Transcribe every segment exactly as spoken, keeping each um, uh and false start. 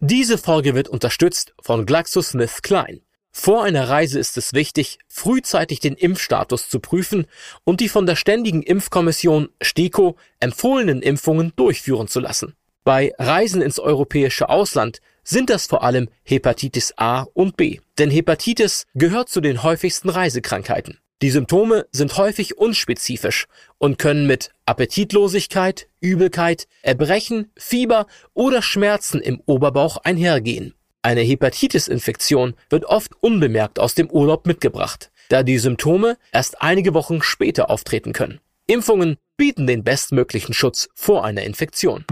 Diese Folge wird unterstützt von GlaxoSmithKline. Vor einer Reise ist es wichtig, frühzeitig den Impfstatus zu prüfen und die von der Ständigen Impfkommission STIKO empfohlenen Impfungen durchführen zu lassen. Bei Reisen ins europäische Ausland sind das vor allem Hepatitis A und B. Denn Hepatitis gehört zu den häufigsten Reisekrankheiten. Die Symptome sind häufig unspezifisch und können mit Appetitlosigkeit, Übelkeit, Erbrechen, Fieber oder Schmerzen im Oberbauch einhergehen. Eine Hepatitis-Infektion wird oft unbemerkt aus dem Urlaub mitgebracht, da die Symptome erst einige Wochen später auftreten können. Impfungen bieten den bestmöglichen Schutz vor einer Infektion.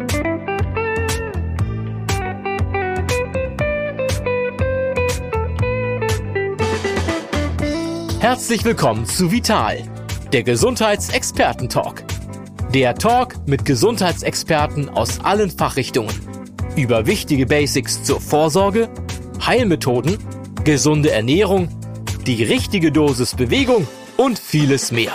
Herzlich willkommen zu Vital, der Gesundheitsexperten-Talk. Der Talk mit Gesundheitsexperten aus allen Fachrichtungen über wichtige Basics zur Vorsorge, Heilmethoden, gesunde Ernährung, die richtige Dosis Bewegung und vieles mehr.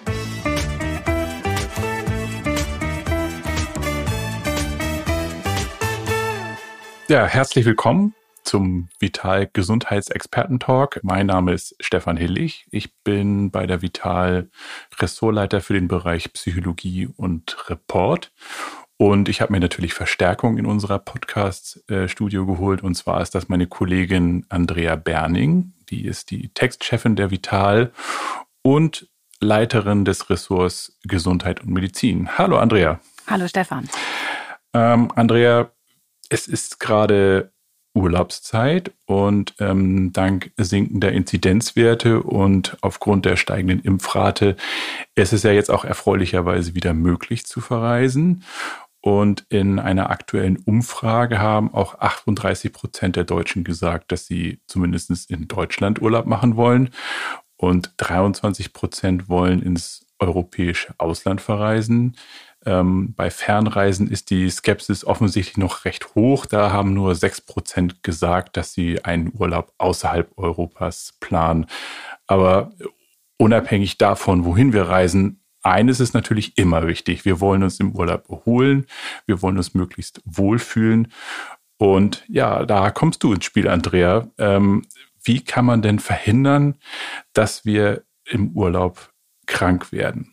Ja, herzlich willkommen zum Vital Gesundheitsexperten-Talk. Mein Name ist Stefan Hillig. Ich bin bei der Vital Ressortleiter für den Bereich Psychologie und Report. Und ich habe mir natürlich Verstärkung in unserer Podcast-Studio geholt. Und zwar ist das meine Kollegin Andrea Berning. Die ist die Textchefin der Vital und Leiterin des Ressorts Gesundheit und Medizin. Hallo Andrea. Hallo Stefan. Ähm, Andrea, es ist gerade Urlaubszeit und ähm, dank sinkender Inzidenzwerte und aufgrund der steigenden Impfrate ist es ja jetzt auch erfreulicherweise wieder möglich zu verreisen. Und in einer aktuellen Umfrage haben auch achtunddreißig Prozent der Deutschen gesagt, dass sie zumindest in Deutschland Urlaub machen wollen. Und dreiundzwanzig Prozent wollen ins europäische Ausland verreisen. Ähm, bei Fernreisen ist die Skepsis offensichtlich noch recht hoch. Da haben nur sechs Prozent gesagt, dass sie einen Urlaub außerhalb Europas planen. Aber unabhängig davon, wohin wir reisen, eines ist natürlich immer wichtig. Wir wollen uns im Urlaub erholen. Wir wollen uns möglichst wohlfühlen. Und ja, da kommst du ins Spiel, Andrea. Ähm, wie kann man denn verhindern, dass wir im Urlaub krank werden?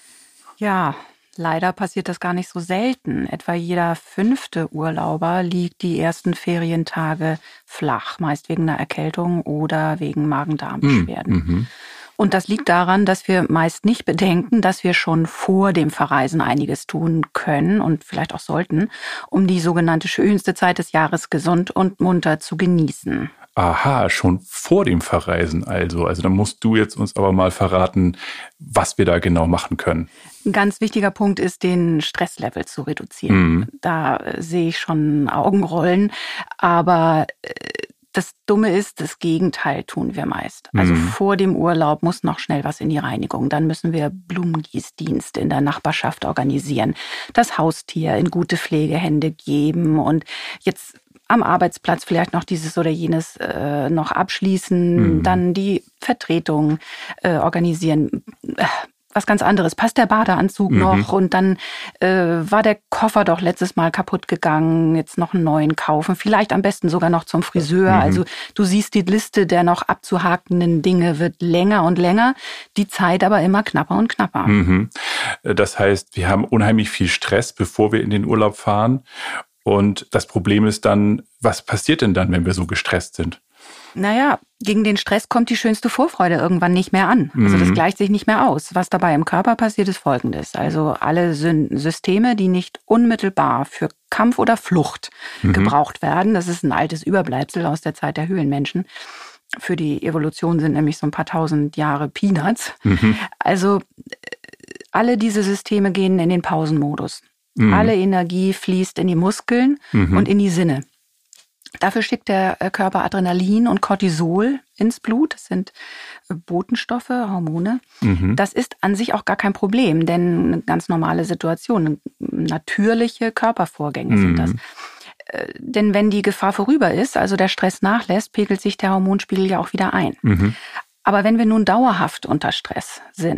Ja, leider passiert das gar nicht so selten. Etwa jeder fünfte Urlauber liegt die ersten Ferientage flach, meist wegen einer Erkältung oder wegen Magen-Darm-Beschwerden. Mhm. Und das liegt daran, dass wir meist nicht bedenken, dass wir schon vor dem Verreisen einiges tun können und vielleicht auch sollten, um die sogenannte schönste Zeit des Jahres gesund und munter zu genießen. Aha, schon vor dem Verreisen also. Also dann musst du jetzt uns aber mal verraten, was wir da genau machen können. Ein ganz wichtiger Punkt ist, den Stresslevel zu reduzieren. Mhm. Da äh, sehe ich schon Augenrollen, aber äh, das Dumme ist, das Gegenteil tun wir meist. Also Mhm. vor dem Urlaub muss noch schnell was in die Reinigung. Dann müssen wir Blumengießdienst in der Nachbarschaft organisieren, das Haustier in gute Pflegehände geben und jetzt am Arbeitsplatz vielleicht noch dieses oder jenes äh, noch abschließen, Mhm. dann die Vertretung äh, organisieren. Äh, was ganz anderes. Passt der Badeanzug Mhm. noch? Und dann äh, war der Koffer doch letztes Mal kaputt gegangen. Jetzt noch einen neuen kaufen. Vielleicht am besten sogar noch zum Friseur. Mhm. Also du siehst, die Liste der noch abzuhakenden Dinge wird länger und länger. Die Zeit aber immer knapper und knapper. Mhm. Das heißt, wir haben unheimlich viel Stress, bevor wir in den Urlaub fahren. Und das Problem ist dann, was passiert denn dann, wenn wir so gestresst sind? Naja, gegen den Stress kommt die schönste Vorfreude irgendwann nicht mehr an. Also das Mhm. gleicht sich nicht mehr aus. Was dabei im Körper passiert, ist Folgendes. Also alle Syn- Systeme, die nicht unmittelbar für Kampf oder Flucht Mhm. gebraucht werden, das ist ein altes Überbleibsel aus der Zeit der Höhlenmenschen. Für die Evolution sind nämlich so ein paar tausend Jahre Peanuts. Mhm. Also äh, alle diese Systeme gehen in den Pausenmodus. Mhm. Alle Energie fließt in die Muskeln Mhm. und in die Sinne. Dafür schickt der Körper Adrenalin und Cortisol ins Blut. Das sind Botenstoffe, Hormone. Mhm. Das ist an sich auch gar kein Problem, denn eine ganz normale Situation, natürliche Körpervorgänge Mhm. sind das. Äh, Denn wenn die Gefahr vorüber ist, also der Stress nachlässt, pegelt sich der Hormonspiegel ja auch wieder ein. Mhm. Aber wenn wir nun dauerhaft unter Stress sind,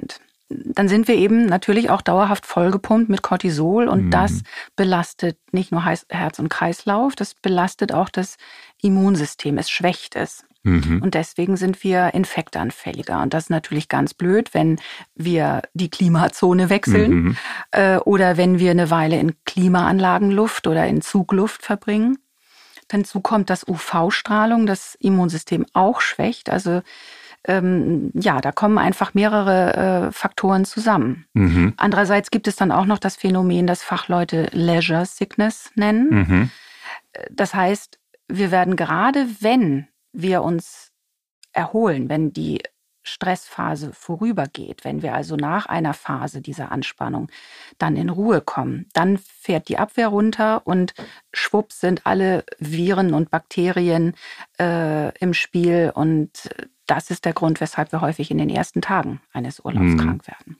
dann sind wir eben natürlich auch dauerhaft vollgepumpt mit Cortisol und mhm. das belastet nicht nur Herz- und Kreislauf, das belastet auch das Immunsystem, es schwächt es. Mhm. Und deswegen sind wir infektanfälliger. Und das ist natürlich ganz blöd, wenn wir die Klimazone wechseln mhm. äh, oder wenn wir eine Weile in Klimaanlagenluft oder in Zugluft verbringen. Hinzu kommt, dass U V-Strahlung das Immunsystem auch schwächt. Also ähm, ja, da kommen einfach mehrere äh, Faktoren zusammen. Mhm. Andererseits gibt es dann auch noch das Phänomen, das Fachleute Leisure Sickness nennen. Mhm. Das heißt, wir werden gerade, wenn wir uns erholen, wenn die Stressphase vorübergeht, wenn wir also nach einer Phase dieser Anspannung dann in Ruhe kommen, dann fährt die Abwehr runter und schwupps sind alle Viren und Bakterien äh, im Spiel und das ist der Grund, weshalb wir häufig in den ersten Tagen eines Urlaubs hm. krank werden.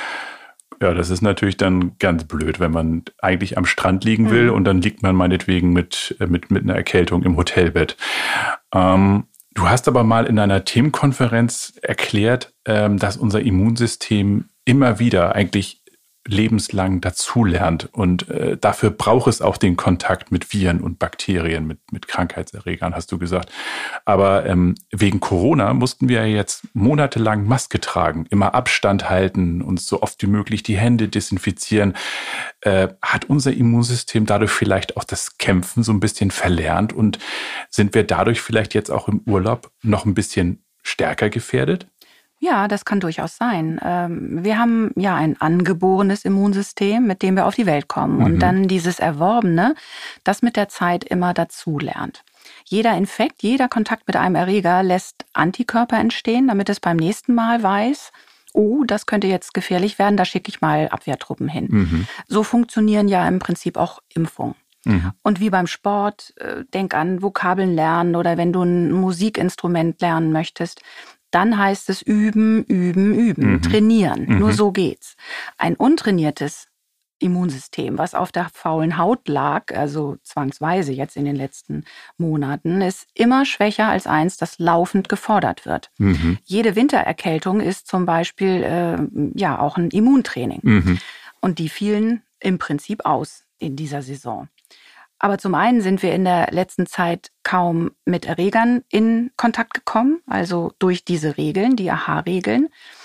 Ja, das ist natürlich dann ganz blöd, wenn man eigentlich am Strand liegen will mhm. und dann liegt man meinetwegen mit, mit, mit einer Erkältung im Hotelbett. Ähm, du hast aber mal in einer Themenkonferenz erklärt, ähm, dass unser Immunsystem immer wieder eigentlich lebenslang dazulernt und äh, dafür braucht es auch den Kontakt mit Viren und Bakterien, mit, mit Krankheitserregern, hast du gesagt. Aber ähm, wegen Corona mussten wir ja jetzt monatelang Maske tragen, immer Abstand halten, uns so oft wie möglich die Hände desinfizieren. Äh, hat unser Immunsystem dadurch vielleicht auch das Kämpfen so ein bisschen verlernt und sind wir dadurch vielleicht jetzt auch im Urlaub noch ein bisschen stärker gefährdet? Ja, das kann durchaus sein. Wir haben ja ein angeborenes Immunsystem, mit dem wir auf die Welt kommen. Mhm. Und dann dieses Erworbene, das mit der Zeit immer dazulernt. Jeder Infekt, jeder Kontakt mit einem Erreger lässt Antikörper entstehen, damit es beim nächsten Mal weiß, oh, das könnte jetzt gefährlich werden, da schicke ich mal Abwehrtruppen hin. Mhm. So funktionieren ja im Prinzip auch Impfungen. Mhm. Und wie beim Sport, denk an Vokabeln lernen oder wenn du ein Musikinstrument lernen möchtest, dann heißt es üben, üben, üben, mhm. trainieren. Mhm. Nur so geht's. Ein untrainiertes Immunsystem, was auf der faulen Haut lag, also zwangsweise jetzt in den letzten Monaten, ist immer schwächer als eins, das laufend gefordert wird. Mhm. Jede Wintererkältung ist zum Beispiel äh, ja auch ein Immuntraining. Mhm. Und die fielen im Prinzip aus in dieser Saison. Aber zum einen sind wir in der letzten Zeit kaum mit Erregern in Kontakt gekommen, also durch diese Regeln, die A H-Regeln.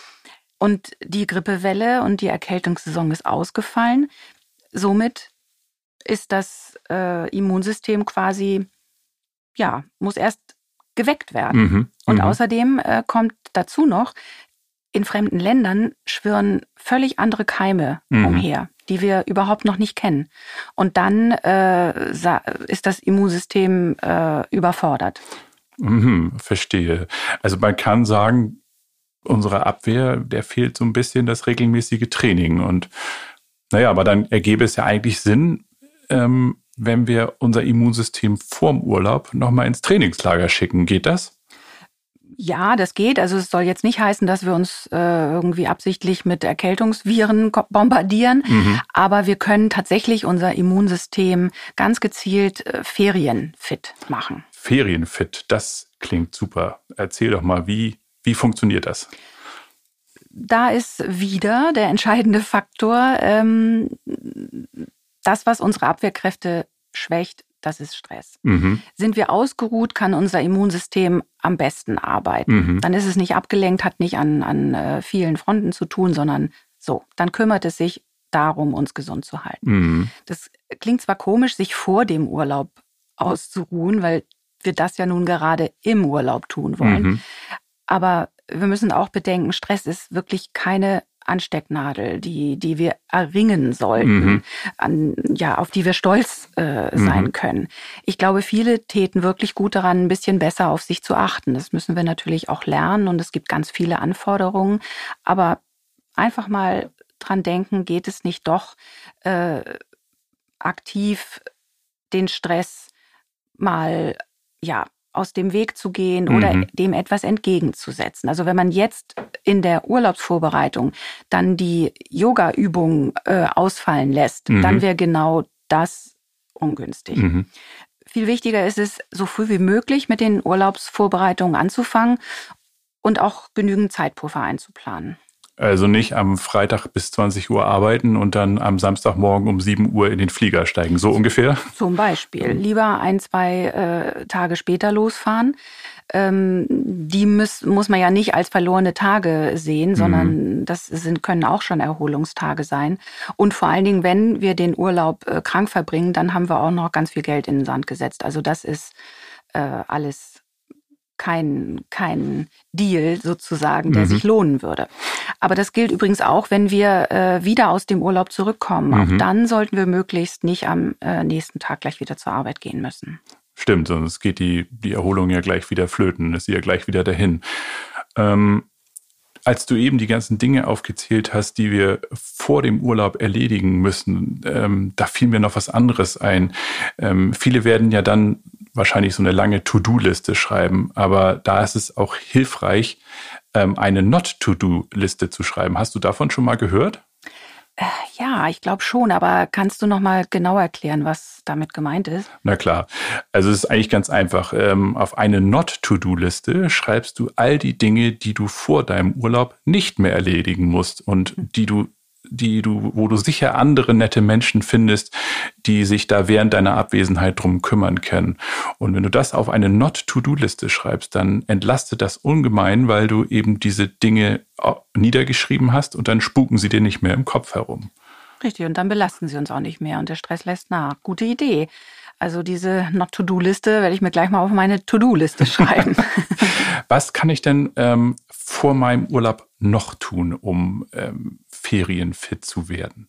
Und die Grippewelle und die Erkältungssaison ist ausgefallen. Somit ist das äh, Immunsystem quasi, ja, muss erst geweckt werden. Mhm, und außerdem äh, kommt dazu noch, in fremden Ländern schwirren völlig andere Keime mhm. umher, die wir überhaupt noch nicht kennen. Und dann äh, ist das Immunsystem äh, überfordert. Mhm, verstehe. Also man kann sagen, unsere Abwehr, der fehlt so ein bisschen das regelmäßige Training. Und naja, aber dann ergäbe es ja eigentlich Sinn, ähm, wenn wir unser Immunsystem vorm Urlaub nochmal ins Trainingslager schicken. Geht das? Ja, das geht. Also es soll jetzt nicht heißen, dass wir uns äh, irgendwie absichtlich mit Erkältungsviren bombardieren, mhm. aber wir können tatsächlich unser Immunsystem ganz gezielt äh, ferienfit machen. Ferienfit, das klingt super. Erzähl doch mal, wie, wie funktioniert das? Da ist wieder der entscheidende Faktor, ähm, das, was unsere Abwehrkräfte schwächt, das ist Stress. Mhm. Sind wir ausgeruht, kann unser Immunsystem am besten arbeiten. Mhm. Dann ist es nicht abgelenkt, hat nicht an, an äh, vielen Fronten zu tun, sondern so, dann kümmert es sich darum, uns gesund zu halten. Mhm. Das klingt zwar komisch, sich vor dem Urlaub auszuruhen, weil wir das ja nun gerade im Urlaub tun wollen. Mhm. Aber wir müssen auch bedenken, Stress ist wirklich keine Anstecknadel, die, die wir erringen sollten, mhm. an, ja, auf die wir stolz äh, sein mhm. können. Ich glaube, viele täten wirklich gut daran, ein bisschen besser auf sich zu achten. Das müssen wir natürlich auch lernen und es gibt ganz viele Anforderungen. Aber einfach mal dran denken, geht es nicht doch äh, aktiv den Stress mal, ja, aus dem Weg zu gehen oder mhm. dem etwas entgegenzusetzen. Also wenn man jetzt in der Urlaubsvorbereitung dann die Yoga-Übungen äh, ausfallen lässt, mhm. dann wäre genau das ungünstig. Mhm. Viel wichtiger ist es, so früh wie möglich mit den Urlaubsvorbereitungen anzufangen und auch genügend Zeitpuffer einzuplanen. Also nicht am Freitag bis zwanzig Uhr arbeiten und dann am Samstagmorgen um sieben Uhr in den Flieger steigen, so ungefähr? Zum Beispiel. Lieber ein, zwei äh, Tage später losfahren. Ähm, die muss, muss man ja nicht als verlorene Tage sehen, sondern mhm. das sind, können auch schon Erholungstage sein. Und vor allen Dingen, wenn wir den Urlaub äh, krank verbringen, dann haben wir auch noch ganz viel Geld in den Sand gesetzt. Also das ist äh, alles kein, kein Deal sozusagen, der mhm. sich lohnen würde. Aber das gilt übrigens auch, wenn wir äh, wieder aus dem Urlaub zurückkommen. Mhm. Auch dann sollten wir möglichst nicht am äh, nächsten Tag gleich wieder zur Arbeit gehen müssen. Stimmt, sonst geht die, die Erholung ja gleich wieder flöten, ist sie ja gleich wieder dahin. Ähm, als du eben die ganzen Dinge aufgezählt hast, die wir vor dem Urlaub erledigen müssen, ähm, da fiel mir noch was anderes ein. Ähm, viele werden ja dann wahrscheinlich so eine lange To-Do-Liste schreiben, aber da ist es auch hilfreich, ähm, eine Not-To-Do-Liste zu schreiben. Hast du davon schon mal gehört? Ja, ich glaube schon, aber kannst du noch mal genau erklären, was damit gemeint ist? Na klar, also es ist eigentlich ganz einfach. Ähm, auf eine Not-To-Do-Liste schreibst du all die Dinge, die du vor deinem Urlaub nicht mehr erledigen musst und die du die du, wo du sicher andere nette Menschen findest, die sich da während deiner Abwesenheit drum kümmern können. Und wenn du das auf eine Not-To-Do-Liste schreibst, dann entlastet das ungemein, weil du eben diese Dinge niedergeschrieben hast und dann spuken sie dir nicht mehr im Kopf herum. Richtig, und dann belasten sie uns auch nicht mehr und der Stress lässt nach. Gute Idee. Also diese Not-To-Do-Liste werde ich mir gleich mal auf meine To-Do-Liste schreiben. Was kann ich denn ähm, vor meinem Urlaub noch tun, um ähm, ferienfit zu werden?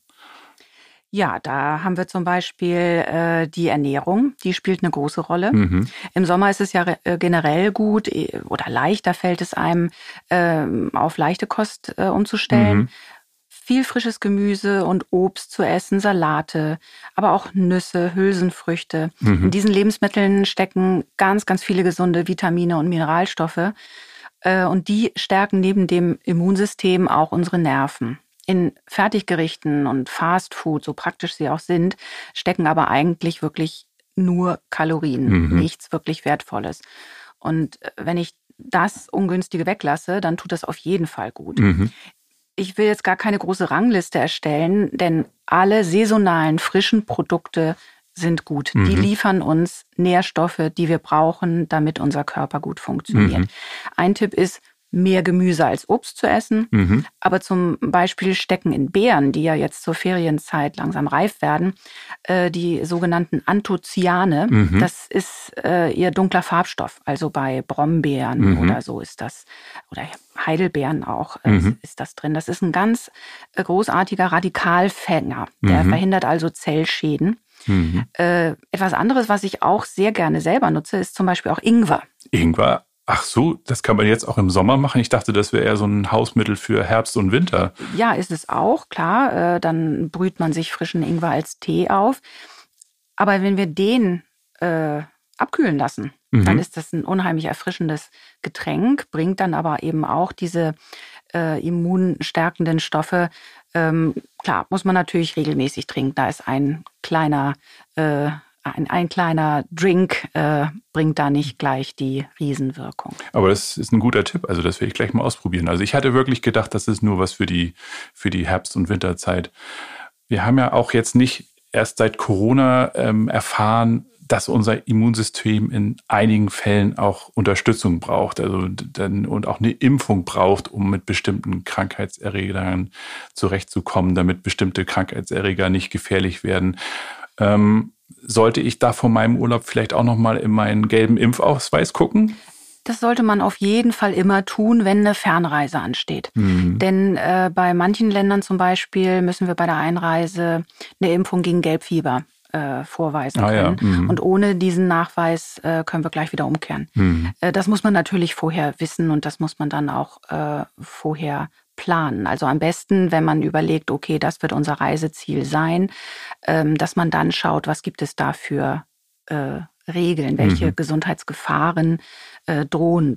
Ja, da haben wir zum Beispiel äh, die Ernährung, die spielt eine große Rolle. Mhm. Im Sommer ist es ja äh, generell gut oder leichter fällt es einem, äh, auf leichte Kost äh, umzustellen. Mhm. Viel frisches Gemüse und Obst zu essen, Salate, aber auch Nüsse, Hülsenfrüchte. Mhm. In diesen Lebensmitteln stecken ganz, ganz viele gesunde Vitamine und Mineralstoffe. Äh, und die stärken neben dem Immunsystem auch unsere Nerven. In Fertiggerichten und Fastfood, so praktisch sie auch sind, stecken aber eigentlich wirklich nur Kalorien, mhm. nichts wirklich Wertvolles. Und wenn ich das Ungünstige weglasse, dann tut das auf jeden Fall gut. Mhm. Ich will jetzt gar keine große Rangliste erstellen, denn alle saisonalen, frischen Produkte sind gut. Mhm. Die liefern uns Nährstoffe, die wir brauchen, damit unser Körper gut funktioniert. Mhm. Ein Tipp ist, mehr Gemüse als Obst zu essen. Mhm. Aber zum Beispiel stecken in Beeren, die ja jetzt zur Ferienzeit langsam reif werden, äh, die sogenannten Anthocyane. Mhm. Das ist äh, ihr dunkler Farbstoff. Also bei Brombeeren mhm. oder so ist das, oder Heidelbeeren auch äh, mhm. ist das drin. Das ist ein ganz äh, großartiger Radikalfänger. Der mhm. verhindert also Zellschäden. Mhm. Äh, etwas anderes, was ich auch sehr gerne selber nutze, ist zum Beispiel auch Ingwer. Ingwer? Ach so, das kann man jetzt auch im Sommer machen? Ich dachte, das wäre eher so ein Hausmittel für Herbst und Winter. Ja, ist es auch, klar. Äh, dann brüht man sich frischen Ingwer als Tee auf. Aber wenn wir den äh, abkühlen lassen, mhm. dann ist das ein unheimlich erfrischendes Getränk, bringt dann aber eben auch diese äh, immunstärkenden Stoffe. Ähm, klar, muss man natürlich regelmäßig trinken. Da ist ein kleiner äh, Ein, ein kleiner Drink äh, bringt da nicht gleich die Riesenwirkung. Aber das ist ein guter Tipp. Also das werde ich gleich mal ausprobieren. Also ich hatte wirklich gedacht, das ist nur was für die, für die Herbst- und Winterzeit. Wir haben ja auch jetzt nicht erst seit Corona ähm, erfahren, dass unser Immunsystem in einigen Fällen auch Unterstützung braucht, also dann, und auch eine Impfung braucht, um mit bestimmten Krankheitserregern zurechtzukommen, damit bestimmte Krankheitserreger nicht gefährlich werden. Ähm, Sollte ich da vor meinem Urlaub vielleicht auch noch mal in meinen gelben Impfausweis gucken? Das sollte man auf jeden Fall immer tun, wenn eine Fernreise ansteht. Mhm. Denn äh, bei manchen Ländern zum Beispiel müssen wir bei der Einreise eine Impfung gegen Gelbfieber äh, vorweisen ah, können. Ja. Mhm. Und ohne diesen Nachweis äh, können wir gleich wieder umkehren. Mhm. Äh, das muss man natürlich vorher wissen und das muss man dann auch äh, vorher planen. Also am besten, wenn man überlegt, okay, das wird unser Reiseziel sein, ähm, dass man dann schaut, was gibt es da für äh, Regeln, welche mhm. Gesundheitsgefahren äh, drohen dort.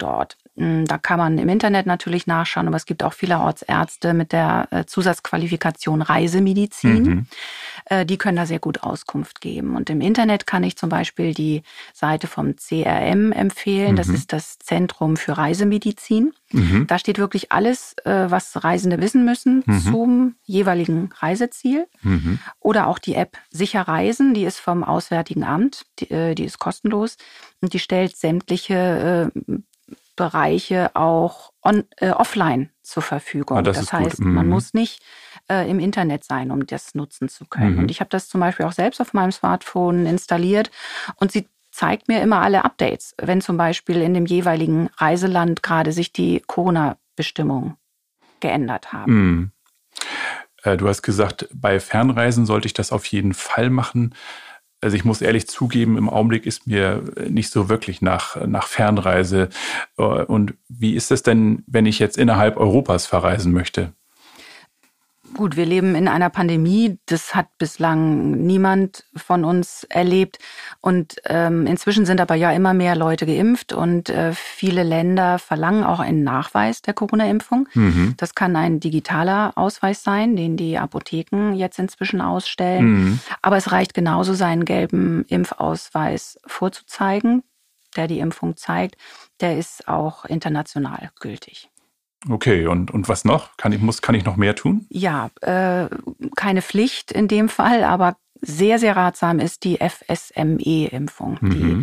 Da kann man im Internet natürlich nachschauen, aber es gibt auch vielerorts Ärzte mit der Zusatzqualifikation Reisemedizin. Mhm. Die können da sehr gut Auskunft geben. Und im Internet kann ich zum Beispiel die Seite vom C R M empfehlen. Mhm. Das ist das Zentrum für Reisemedizin. Mhm. Da steht wirklich alles, was Reisende wissen müssen mhm. zum jeweiligen Reiseziel. Mhm. Oder auch die App Sicher Reisen, die ist vom Auswärtigen Amt, die, die ist kostenlos und die stellt sämtliche äh, Bereiche auch on, äh, offline zur Verfügung. Ah, das das ist heißt, gut. Mhm. man muss nicht äh, im Internet sein, um das nutzen zu können. Mhm. Und ich habe das zum Beispiel auch selbst auf meinem Smartphone installiert und sie zeigt mir immer alle Updates, wenn zum Beispiel in dem jeweiligen Reiseland gerade sich die Corona-Bestimmungen geändert haben. Mhm. Äh, du hast gesagt, bei Fernreisen sollte ich das auf jeden Fall machen. Also ich muss ehrlich zugeben, im Augenblick ist mir nicht so wirklich nach, nach Fernreise. Und wie ist es denn, wenn ich jetzt innerhalb Europas verreisen möchte? Gut, wir leben in einer Pandemie. Das hat bislang niemand von uns erlebt. Und ähm, inzwischen sind aber ja immer mehr Leute geimpft und äh, viele Länder verlangen auch einen Nachweis der Corona-Impfung. Mhm. Das kann ein digitaler Ausweis sein, den die Apotheken jetzt inzwischen ausstellen. Mhm. Aber es reicht genauso, seinen gelben Impfausweis vorzuzeigen, der die Impfung zeigt. Der ist auch international gültig. Okay, und, und was noch? Kann ich, muss, kann ich noch mehr tun? Ja, äh, keine Pflicht in dem Fall, aber sehr, sehr ratsam ist die F S M E-Impfung, mhm. die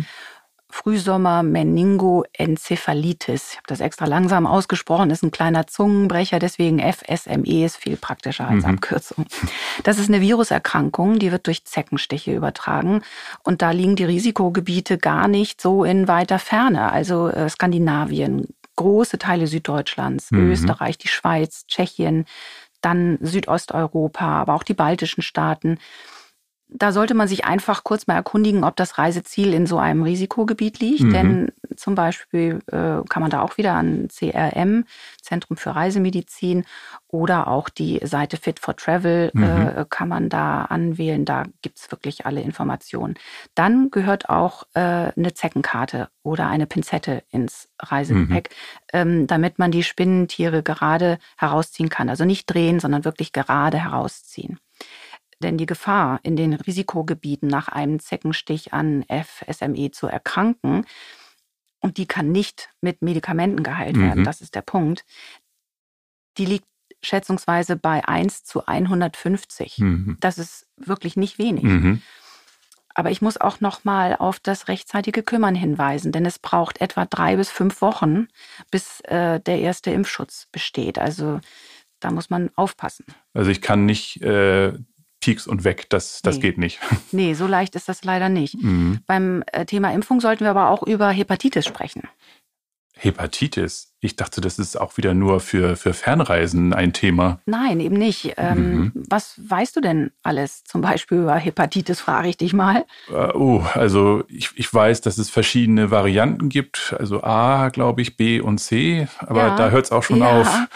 Frühsommer-Meningoenzephalitis. Ich habe das extra langsam ausgesprochen, ist ein kleiner Zungenbrecher, deswegen F S M E ist viel praktischer als mhm. Abkürzung. Das ist eine Viruserkrankung, die wird durch Zeckenstiche übertragen und da liegen die Risikogebiete gar nicht so in weiter Ferne, also äh, Skandinavien, große Teile Süddeutschlands, mhm. Österreich, die Schweiz, Tschechien, dann Südosteuropa, aber auch die baltischen Staaten. Da sollte man sich einfach kurz mal erkundigen, ob das Reiseziel in so einem Risikogebiet liegt. Mhm. Denn zum Beispiel äh, kann man da auch wieder an C R M, Zentrum für Reisemedizin, oder auch die Seite Fit for Travel mhm. äh, kann man da anwählen. Da gibt's wirklich alle Informationen. Dann gehört auch äh, eine Zeckenkarte oder eine Pinzette ins Reisegepäck, mhm. ähm, damit man die Spinnentiere gerade herausziehen kann. Also nicht drehen, sondern wirklich gerade herausziehen. Denn die Gefahr, in den Risikogebieten nach einem Zeckenstich an F S M E zu erkranken, und die kann nicht mit Medikamenten geheilt mhm. werden, das ist der Punkt, die liegt schätzungsweise bei eins zu hundertfünfzig. Mhm. Das ist wirklich nicht wenig. Mhm. Aber ich muss auch noch mal auf das rechtzeitige Kümmern hinweisen, denn es braucht etwa drei bis fünf Wochen, bis äh, der erste Impfschutz besteht. Also da muss man aufpassen. Also ich kann nicht äh Pieks und weg, das, das nee. geht nicht. Nee, so leicht ist das leider nicht. Mhm. Beim Thema Impfung sollten wir aber auch über Hepatitis sprechen. Hepatitis? Ich dachte, das ist auch wieder nur für, für Fernreisen ein Thema. Nein, eben nicht. Ähm, mhm. Was weißt du denn alles zum Beispiel über Hepatitis, frage ich dich mal. Uh, oh, also ich, ich weiß, dass es verschiedene Varianten gibt. Also A, glaube ich, B und C. Aber ja, da hört es auch schon ja. auf.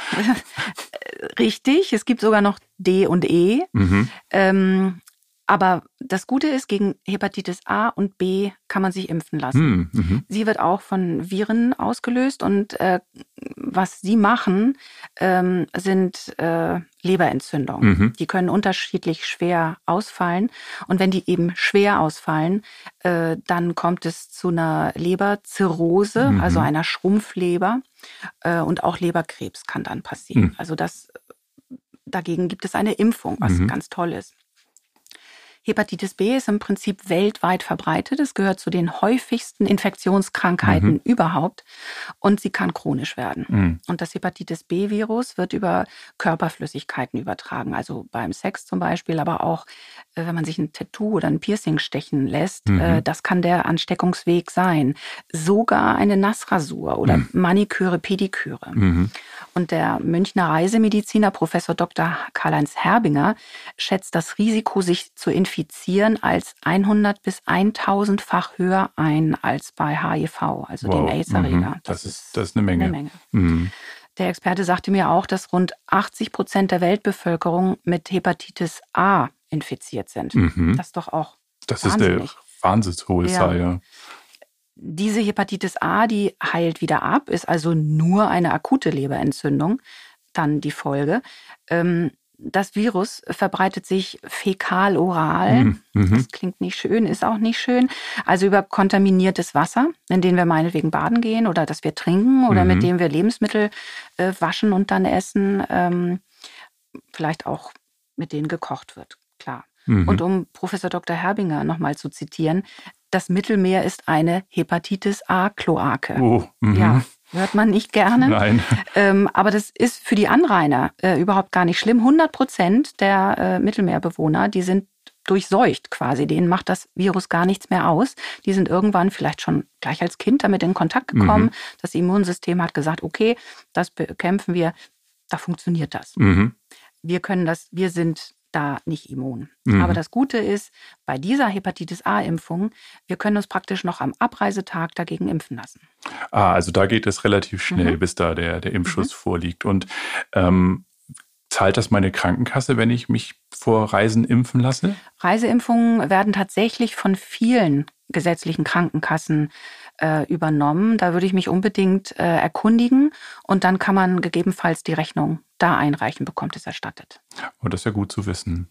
Richtig, es gibt sogar noch D und E. Mhm. Ähm, aber das Gute ist, gegen Hepatitis A und B kann man sich impfen lassen. Mhm. Sie wird auch von Viren ausgelöst und äh, was sie machen, ähm, sind äh, Leberentzündungen. Mhm. Die können unterschiedlich schwer ausfallen und wenn die eben schwer ausfallen, äh, dann kommt es zu einer Leberzirrhose, mhm. also einer Schrumpfleber äh, und auch Leberkrebs kann dann passieren. Mhm. Also das dagegen gibt es eine Impfung, was mhm. ganz toll ist. Hepatitis B ist im Prinzip weltweit verbreitet. Es gehört zu den häufigsten Infektionskrankheiten mhm. überhaupt und sie kann chronisch werden. Mhm. Und das Hepatitis B-Virus wird über Körperflüssigkeiten übertragen, also beim Sex zum Beispiel, aber auch, wenn man sich ein Tattoo oder ein Piercing stechen lässt, mhm. das kann der Ansteckungsweg sein. Sogar eine Nassrasur oder mhm. Maniküre, Pediküre. Mhm. Und der Münchner Reisemediziner Professor Doktor Karl-Heinz Herbinger schätzt das Risiko, sich zu infizieren, als hundert bis tausendfach höher ein als bei H I V, also wow. dem AIDS-Erreger. Mhm. Das, das ist das ist eine Menge. Eine Menge. Mhm. Der Experte sagte mir auch, dass rund achtzig Prozent der Weltbevölkerung mit Hepatitis A infiziert sind. Mhm. Das ist doch auch Das wahnsinnig. ist eine wahnsinns hohe Zahl, ja. Diese Hepatitis A, die heilt wieder ab, ist also nur eine akute Leberentzündung, dann die Folge. Das Virus verbreitet sich fäkal-oral. Mhm. Das klingt nicht schön, ist auch nicht schön. Also über kontaminiertes Wasser, in dem wir meinetwegen baden gehen oder das wir trinken oder mhm. mit dem wir Lebensmittel äh, waschen und dann essen. Ähm, vielleicht auch mit denen gekocht wird, klar. Mhm. Und um Professor Doktor Herbinger nochmal zu zitieren, das Mittelmeer ist eine Hepatitis A-Kloake. Oh, ja, hört man nicht gerne. Nein. Ähm, aber das ist für die Anrainer äh, überhaupt gar nicht schlimm. hundert Prozent der äh, Mittelmeerbewohner, die sind durchseucht quasi. Denen macht das Virus gar nichts mehr aus. Die sind irgendwann vielleicht schon gleich als Kind damit in Kontakt gekommen. Mhm. Das Immunsystem hat gesagt, okay, das bekämpfen wir. Da funktioniert das. Mhm. Wir können das, wir sind da nicht immun. Mhm. Aber das Gute ist, bei dieser Hepatitis A-Impfung, wir können uns praktisch noch am Abreisetag dagegen impfen lassen. Ah, also da geht es relativ schnell, mhm. bis da der, der Impfschuss mhm. vorliegt. Und ähm, zahlt das meine Krankenkasse, wenn ich mich vor Reisen impfen lasse? Reiseimpfungen werden tatsächlich von vielen gesetzlichen Krankenkassen äh, übernommen. Da würde ich mich unbedingt äh, erkundigen und dann kann man gegebenenfalls die Rechnung da einreichen, bekommt es erstattet. Oh, das ist ja gut zu wissen.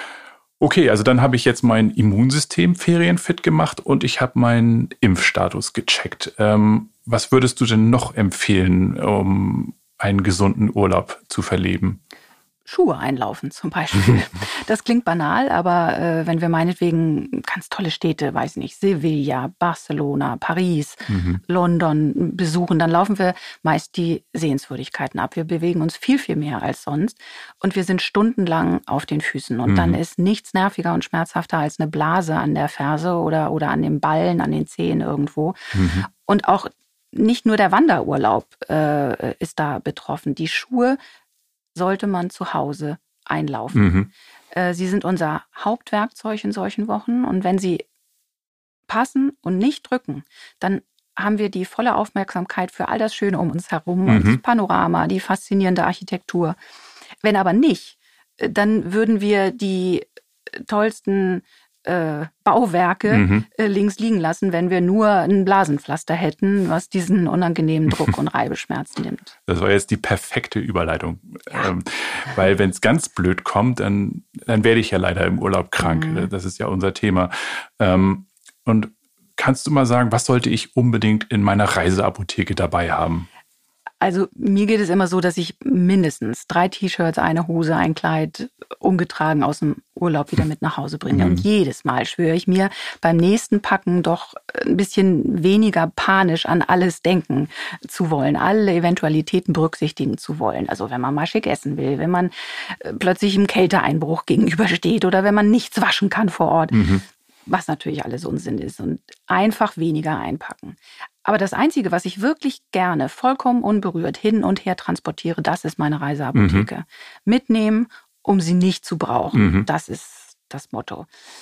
Okay, also dann habe ich jetzt mein Immunsystem ferienfit gemacht und ich habe meinen Impfstatus gecheckt. Ähm, was würdest du denn noch empfehlen, um einen gesunden Urlaub zu verleben? Schuhe einlaufen zum Beispiel. Das klingt banal, aber äh, wenn wir meinetwegen ganz tolle Städte, weiß nicht, Sevilla, Barcelona, Paris, mhm. London besuchen, dann laufen wir meist die Sehenswürdigkeiten ab. Wir bewegen uns viel, viel mehr als sonst und wir sind stundenlang auf den Füßen. Und mhm. dann ist nichts nerviger und schmerzhafter als eine Blase an der Ferse oder, oder an den Ballen, an den Zehen irgendwo. Mhm. Und auch nicht nur der Wanderurlaub äh, ist da betroffen. Die Schuhe sollte man zu Hause einlaufen. Mhm. Äh, sie sind unser Hauptwerkzeug in solchen Wochen und wenn sie passen und nicht drücken, dann haben wir die volle Aufmerksamkeit für all das Schöne um uns herum, mhm. das Panorama, die faszinierende Architektur. Wenn aber nicht, dann würden wir die tollsten äh, Bauwerke mhm. äh, links liegen lassen, wenn wir nur ein Blasenpflaster hätten, was diesen unangenehmen Druck und Reibeschmerzen nimmt. Das war jetzt die perfekte Überleitung. Ja. Ähm, weil wenn es ganz blöd kommt, dann, dann werde ich ja leider im Urlaub krank. Mhm. Das ist ja unser Thema. Ähm, und kannst du mal sagen, was sollte ich unbedingt in meiner Reiseapotheke dabei haben? Also mir geht es immer so, dass ich mindestens drei T-Shirts, eine Hose, ein Kleid umgetragen aus dem Urlaub wieder mit nach Hause bringe. Mhm. Und jedes Mal schwöre ich mir, beim nächsten Packen doch ein bisschen weniger panisch an alles denken zu wollen, alle Eventualitäten berücksichtigen zu wollen. Also wenn man mal schick essen will, wenn man plötzlich im Kälteeinbruch gegenübersteht oder wenn man nichts waschen kann vor Ort. Mhm. Was natürlich alles Unsinn ist und einfach weniger einpacken. Aber das Einzige, was ich wirklich gerne vollkommen unberührt hin und her transportiere, das ist meine Reiseapotheke. Mhm. Mitnehmen, um sie nicht zu brauchen. Mhm. Das ist das Motto.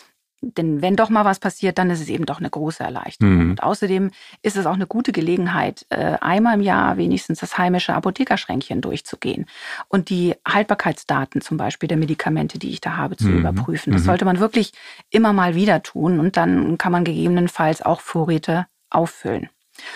Denn wenn doch mal was passiert, dann ist es eben doch eine große Erleichterung. Mhm. Und außerdem ist es auch eine gute Gelegenheit, einmal im Jahr wenigstens das heimische Apothekerschränkchen durchzugehen und die Haltbarkeitsdaten zum Beispiel der Medikamente, die ich da habe, zu mhm. überprüfen. Das mhm. sollte man wirklich immer mal wieder tun und dann kann man gegebenenfalls auch Vorräte auffüllen.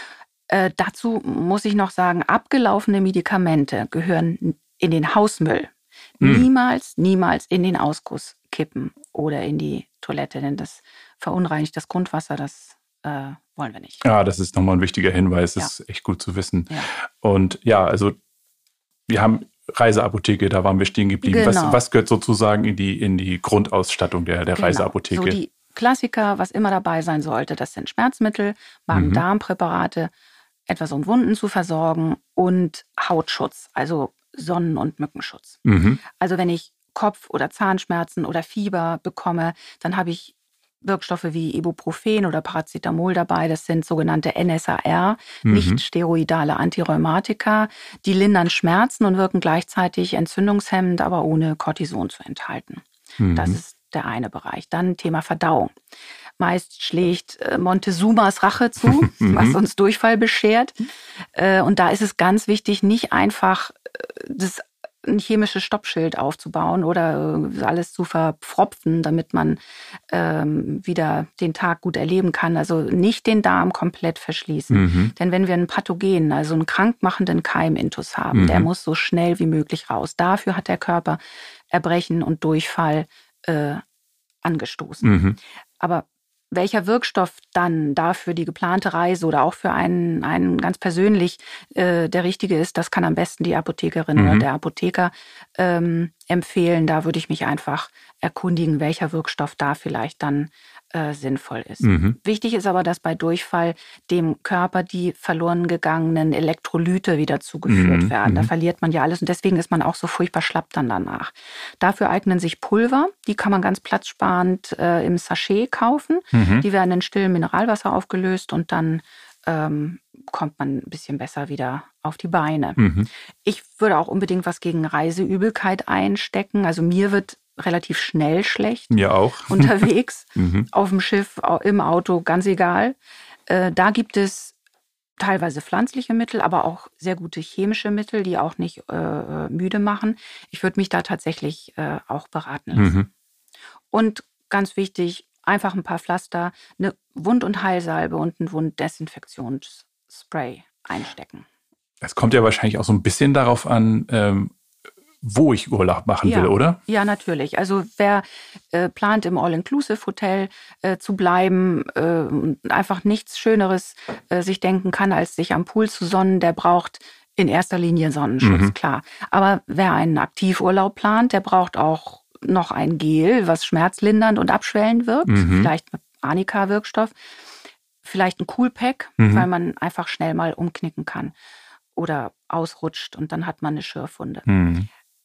Äh, dazu muss ich noch sagen, abgelaufene Medikamente gehören in den Hausmüll. Mhm. Niemals, niemals in den Ausguss kippen oder in die Toilette, denn das verunreinigt das Grundwasser, das äh, wollen wir nicht. Ja, das ist nochmal ein wichtiger Hinweis, das ja. ist echt gut zu wissen. Ja. Und ja, also wir haben Reiseapotheke, da waren wir stehen geblieben. Genau. Was, was gehört sozusagen in die, in die Grundausstattung der, der genau. Reiseapotheke? So die Klassiker, was immer dabei sein sollte, das sind Schmerzmittel, Magen-Darm-Präparate, mhm. etwas um Wunden zu versorgen und Hautschutz, also Sonnen- und Mückenschutz. Mhm. Also wenn ich Kopf- oder Zahnschmerzen oder Fieber bekomme, dann habe ich Wirkstoffe wie Ibuprofen oder Paracetamol dabei. Das sind sogenannte N S A R, mhm. nicht steroidale Antirheumatika. Die lindern Schmerzen und wirken gleichzeitig entzündungshemmend, aber ohne Cortison zu enthalten. Mhm. Das ist der eine Bereich. Dann Thema Verdauung. Meist schlägt Montezumas Rache zu, was uns Durchfall beschert. Und da ist es ganz wichtig, nicht einfach das ein chemisches Stoppschild aufzubauen oder alles zu verpfropfen, damit man ähm, wieder den Tag gut erleben kann. Also nicht den Darm komplett verschließen. Mhm. Denn wenn wir einen Pathogen, also einen krankmachenden Keimintus haben, mhm. der muss so schnell wie möglich raus. Dafür hat der Körper Erbrechen und Durchfall äh, angestoßen. Mhm. Aber welcher Wirkstoff dann dafür die geplante Reise oder auch für einen, einen ganz persönlich äh, der richtige ist, das kann am besten die Apothekerin mhm. oder der Apotheker ähm, empfehlen. Da würde ich mich einfach erkundigen, welcher Wirkstoff da vielleicht dann äh, sinnvoll ist. Mhm. Wichtig ist aber, dass bei Durchfall dem Körper die verloren gegangenen Elektrolyte wieder zugeführt mhm. werden. Da verliert man ja alles und deswegen ist man auch so furchtbar schlapp dann danach. Dafür eignen sich Pulver, die kann man ganz platzsparend äh, im Sachet kaufen. Mhm. Die werden in stillem Mineralwasser aufgelöst und dann ähm, kommt man ein bisschen besser wieder auf die Beine. Mhm. Ich würde auch unbedingt was gegen Reiseübelkeit einstecken. Also mir wird relativ schnell schlecht. Mir auch. Unterwegs, mhm. auf dem Schiff, im Auto, ganz egal. Äh, da gibt es teilweise pflanzliche Mittel, aber auch sehr gute chemische Mittel, die auch nicht äh, müde machen. Ich würde mich da tatsächlich äh, auch beraten lassen. Mhm. Und ganz wichtig, einfach ein paar Pflaster, eine Wund- und Heilsalbe und ein Wunddesinfektionsspray einstecken. Es kommt ja wahrscheinlich auch so ein bisschen darauf an, ähm, wo ich Urlaub machen ja, will, oder? Ja, natürlich. Also wer äh, plant, im All-Inclusive-Hotel äh, zu bleiben, äh, einfach nichts Schöneres äh, sich denken kann, als sich am Pool zu sonnen, der braucht in erster Linie Sonnenschutz, mhm. klar. Aber wer einen Aktivurlaub plant, der braucht auch noch ein Gel, was schmerzlindernd und abschwellend wirkt, mhm. vielleicht mit Arnika-Wirkstoff, vielleicht ein Coolpack, mhm. weil man einfach schnell mal umknicken kann oder ausrutscht und dann hat man eine Schürfwunde. Mhm.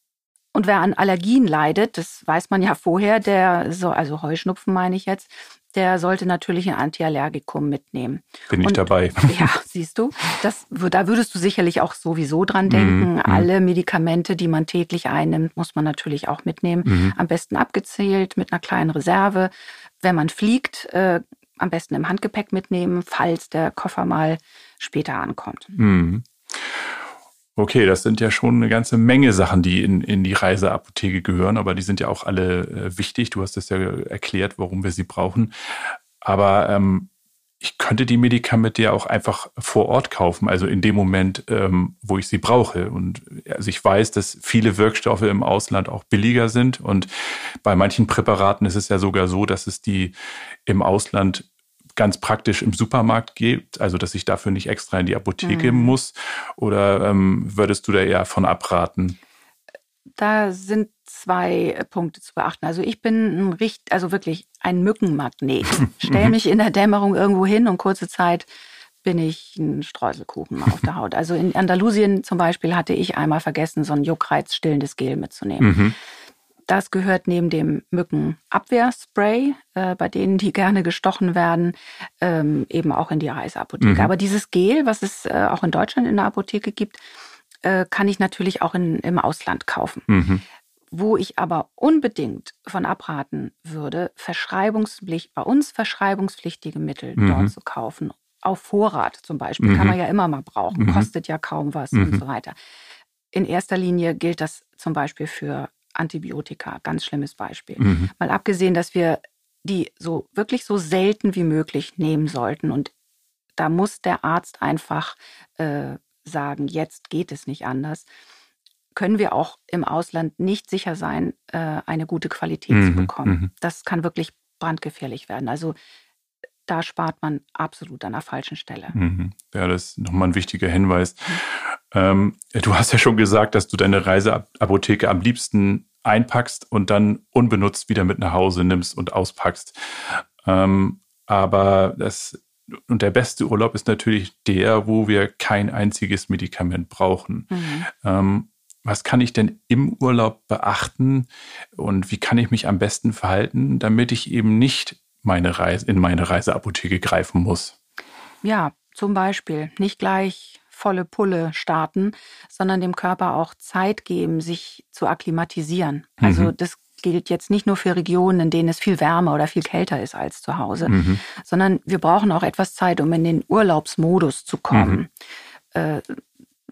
Und wer an Allergien leidet, das weiß man ja vorher, der so, also Heuschnupfen meine ich jetzt, der sollte natürlich ein Antiallergikum mitnehmen. Bin ich und, dabei. Ja, siehst du, das, da würdest du sicherlich auch sowieso dran denken. Mm, Alle Medikamente, die man täglich einnimmt, muss man natürlich auch mitnehmen. Mm. Am besten abgezählt mit einer kleinen Reserve. Wenn man fliegt, äh, am besten im Handgepäck mitnehmen, falls der Koffer mal später ankommt. Mm. Okay, das sind ja schon eine ganze Menge Sachen, die in, in die Reiseapotheke gehören, aber die sind ja auch alle äh, wichtig. Du hast das ja erklärt, warum wir sie brauchen. Aber ähm, ich könnte die Medikamente ja auch einfach vor Ort kaufen, also in dem Moment, ähm, wo ich sie brauche. Und also ich weiß, dass viele Wirkstoffe im Ausland auch billiger sind. Und bei manchen Präparaten ist es ja sogar so, dass es die im Ausland ganz praktisch im Supermarkt gibt, also dass ich dafür nicht extra in die Apotheke mhm. muss? Oder ähm, würdest du da eher von abraten? Da sind zwei Punkte zu beachten. Also ich bin ein richt, also wirklich ein Mückenmagnet. Stell mich in der Dämmerung irgendwo hin und kurze Zeit bin ich ein Streuselkuchen auf der Haut. Also in Andalusien zum Beispiel hatte ich einmal vergessen, so ein juckreizstillendes Gel mitzunehmen. Mhm. Das gehört neben dem Mückenabwehrspray, äh, bei denen die gerne gestochen werden, ähm, eben auch in die Reiseapotheke. Mhm. Aber dieses Gel, was es äh, auch in Deutschland in der Apotheke gibt, äh, kann ich natürlich auch in, im Ausland kaufen. Mhm. Wo ich aber unbedingt von abraten würde, verschreibungspflicht, bei uns verschreibungspflichtige Mittel mhm. dort zu kaufen. Auf Vorrat zum Beispiel, mhm. kann man ja immer mal brauchen, mhm. kostet ja kaum was mhm. und so weiter. In erster Linie gilt das zum Beispiel für Antibiotika, ganz schlimmes Beispiel. Mhm. Mal abgesehen, dass wir die so wirklich so selten wie möglich nehmen sollten. Und da muss der Arzt einfach äh, sagen, jetzt geht es nicht anders. Können wir auch im Ausland nicht sicher sein, äh, eine gute Qualität mhm. zu bekommen. Mhm. Das kann wirklich brandgefährlich werden. Also da spart man absolut an der falschen Stelle. Mhm. Ja, das ist nochmal ein wichtiger Hinweis. Mhm. Ähm, du hast ja schon gesagt, dass du deine Reiseapotheke am liebsten einpackst und dann unbenutzt wieder mit nach Hause nimmst und auspackst. Ähm, aber das, und der beste Urlaub ist natürlich der, wo wir kein einziges Medikament brauchen. Mhm. Ähm, was kann ich denn im Urlaub beachten und wie kann ich mich am besten verhalten, damit ich eben nicht meine Reise, in meine Reiseapotheke greifen muss? Ja, zum Beispiel nicht gleich volle Pulle starten, sondern dem Körper auch Zeit geben, sich zu akklimatisieren. Mhm. Also das gilt jetzt nicht nur für Regionen, in denen es viel wärmer oder viel kälter ist als zu Hause, mhm. sondern wir brauchen auch etwas Zeit, um in den Urlaubsmodus zu kommen. Mhm. Äh,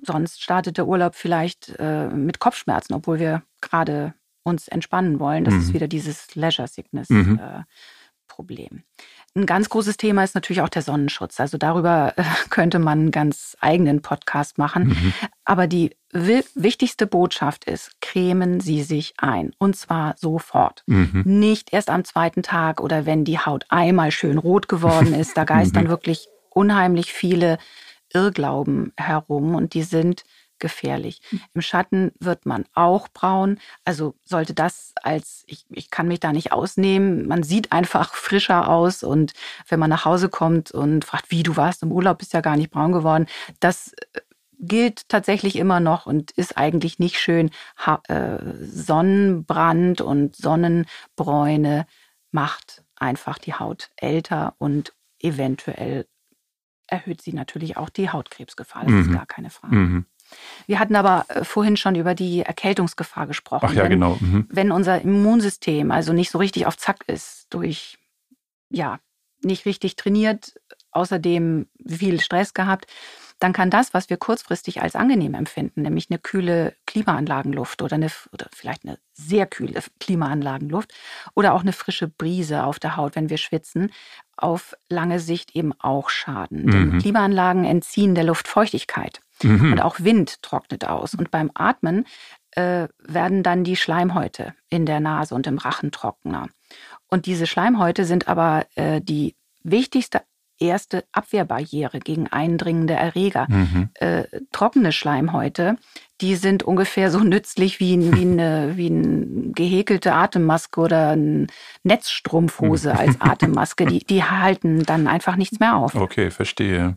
sonst startet der Urlaub vielleicht äh, mit Kopfschmerzen, obwohl wir gerade uns entspannen wollen. Das mhm. ist wieder dieses Leisure Sickness mhm. äh, Problem. Ein ganz großes Thema ist natürlich auch der Sonnenschutz. Also darüber äh, könnte man einen ganz eigenen Podcast machen. Mhm. Aber die w- wichtigste Botschaft ist, cremen Sie sich ein. Und zwar sofort. Mhm. Nicht erst am zweiten Tag oder wenn die Haut einmal schön rot geworden ist. Da geistern mhm. wirklich unheimlich viele Irrglauben herum und die sind gefährlich. Im Schatten wird man auch braun. Also sollte das als, ich, ich kann mich da nicht ausnehmen, man sieht einfach frischer aus und wenn man nach Hause kommt und fragt, wie, du warst im Urlaub, bist ja gar nicht braun geworden, das gilt tatsächlich immer noch und ist eigentlich nicht schön. Ha- äh, Sonnenbrand und Sonnenbräune macht einfach die Haut älter und eventuell erhöht sie natürlich auch die Hautkrebsgefahr. Das mhm. ist gar keine Frage. Mhm. Wir hatten aber vorhin schon über die Erkältungsgefahr gesprochen. Ach ja, wenn, genau. Mhm. Wenn unser Immunsystem also nicht so richtig auf Zack ist, durch, ja, nicht richtig trainiert, außerdem viel Stress gehabt, dann kann das, was wir kurzfristig als angenehm empfinden, nämlich eine kühle Klimaanlagenluft oder, eine, oder vielleicht eine sehr kühle Klimaanlagenluft oder auch eine frische Brise auf der Haut, wenn wir schwitzen, auf lange Sicht eben auch schaden. Mhm. Denn Klimaanlagen entziehen der Luft Feuchtigkeit. Mhm. Und auch Wind trocknet aus. Und beim Atmen äh, werden dann die Schleimhäute in der Nase und im Rachen trockener. Und diese Schleimhäute sind aber äh, die wichtigste erste Abwehrbarriere gegen eindringende Erreger. Mhm. Äh, trockene Schleimhäute, die sind ungefähr so nützlich wie, wie, eine, wie eine gehäkelte Atemmaske oder eine Netzstrumpfhose als Atemmaske. Die, die halten dann einfach nichts mehr auf. Okay, verstehe.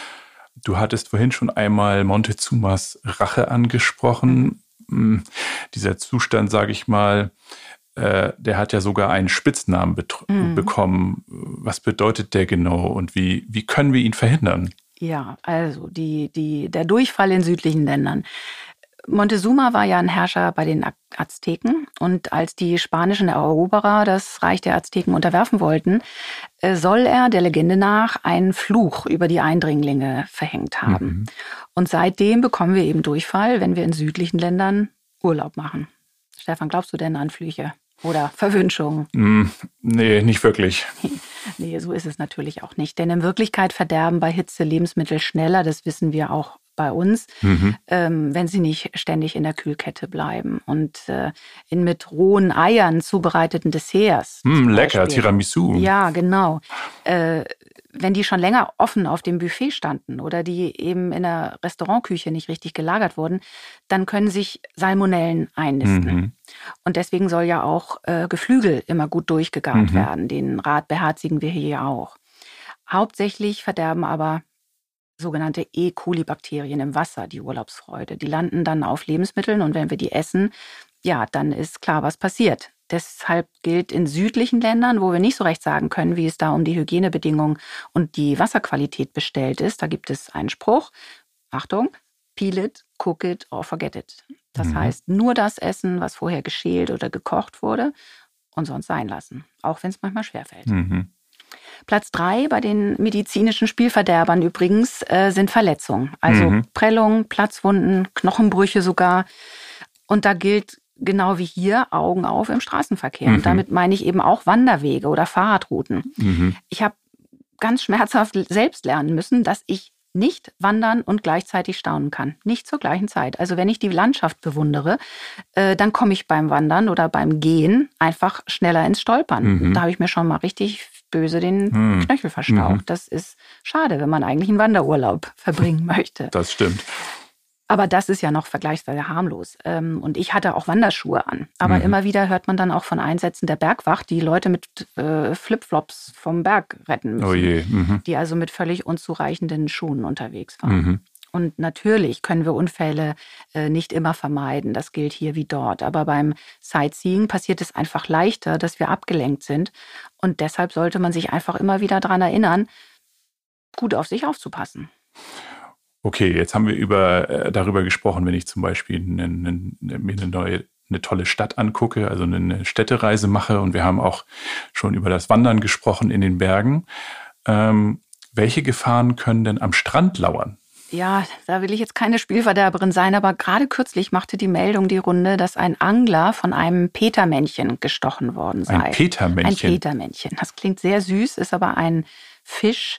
Du hattest vorhin schon einmal Montezumas Rache angesprochen. Mhm. Dieser Zustand, sage ich mal, äh, der hat ja sogar einen Spitznamen betr- mhm. bekommen. Was bedeutet der genau und wie, wie können wir ihn verhindern? Ja, also die, die, der Durchfall in südlichen Ländern. Montezuma war ja ein Herrscher bei den Azteken und als die spanischen Eroberer das Reich der Azteken unterwerfen wollten, soll er der Legende nach einen Fluch über die Eindringlinge verhängt haben. Mhm. Und seitdem bekommen wir eben Durchfall, wenn wir in südlichen Ländern Urlaub machen. Stefan, glaubst du denn an Flüche oder Verwünschungen? Mm, nee, nicht wirklich. Nee, so ist es natürlich auch nicht. Denn in Wirklichkeit verderben bei Hitze Lebensmittel schneller, das wissen wir auch bei uns, mhm. ähm, wenn sie nicht ständig in der Kühlkette bleiben. Und äh, in mit rohen Eiern zubereiteten Desserts. Mm, lecker, Tiramisu. Ja, genau. Äh, wenn die schon länger offen auf dem Buffet standen oder die eben in der Restaurantküche nicht richtig gelagert wurden, dann können sich Salmonellen einnisten. Mhm. Und deswegen soll ja auch äh, Geflügel immer gut durchgegart mhm. werden. Den Rat beherzigen wir hier ja auch. Hauptsächlich verderben aber sogenannte E. coli-Bakterien im Wasser die Urlaubsfreude. Die landen dann auf Lebensmitteln und wenn wir die essen, ja, dann ist klar, was passiert. Deshalb gilt in südlichen Ländern, wo wir nicht so recht sagen können, wie es da um die Hygienebedingungen und die Wasserqualität bestellt ist, da gibt es einen Spruch, Achtung, peel it, cook it or forget it. Das mhm. heißt, nur das essen, was vorher geschält oder gekocht wurde und sonst sein lassen, auch wenn es manchmal schwerfällt. Mhm. Platz drei bei den medizinischen Spielverderbern übrigens äh, sind Verletzungen. Also mhm. Prellungen, Platzwunden, Knochenbrüche sogar. Und da gilt genau wie hier Augen auf im Straßenverkehr. Mhm. Und damit meine ich eben auch Wanderwege oder Fahrradrouten. Mhm. Ich habe ganz schmerzhaft selbst lernen müssen, dass ich nicht wandern und gleichzeitig staunen kann. Nicht zur gleichen Zeit. Also wenn ich die Landschaft bewundere, äh, dann komme ich beim Wandern oder beim Gehen einfach schneller ins Stolpern. Mhm. Da habe ich mir schon mal richtig böse den mhm. Knöchel verstaucht. Mhm. Das ist schade, wenn man eigentlich einen Wanderurlaub verbringen möchte. Das stimmt. Aber das ist ja noch vergleichsweise harmlos. Und ich hatte auch Wanderschuhe an. Aber mhm. immer wieder hört man dann auch von Einsätzen der Bergwacht, die Leute mit äh, Flipflops vom Berg retten müssen. Oh je. Mhm. Die also mit völlig unzureichenden Schuhen unterwegs waren. Mhm. Und natürlich können wir Unfälle äh, nicht immer vermeiden. Das gilt hier wie dort. Aber beim Sightseeing passiert es einfach leichter, dass wir abgelenkt sind. Und deshalb sollte man sich einfach immer wieder daran erinnern, gut auf sich aufzupassen. Okay, jetzt haben wir über, äh, darüber gesprochen, wenn ich zum Beispiel eine, eine, mir eine neue, eine tolle Stadt angucke, also eine Städtereise mache. Und wir haben auch schon über das Wandern gesprochen in den Bergen. Ähm, welche Gefahren können denn am Strand lauern? Ja, da will ich jetzt keine Spielverderberin sein, aber gerade kürzlich machte die Meldung die Runde, dass ein Angler von einem Petermännchen gestochen worden sei. Ein Petermännchen? Ein Petermännchen. Das klingt sehr süß, ist aber ein Fisch,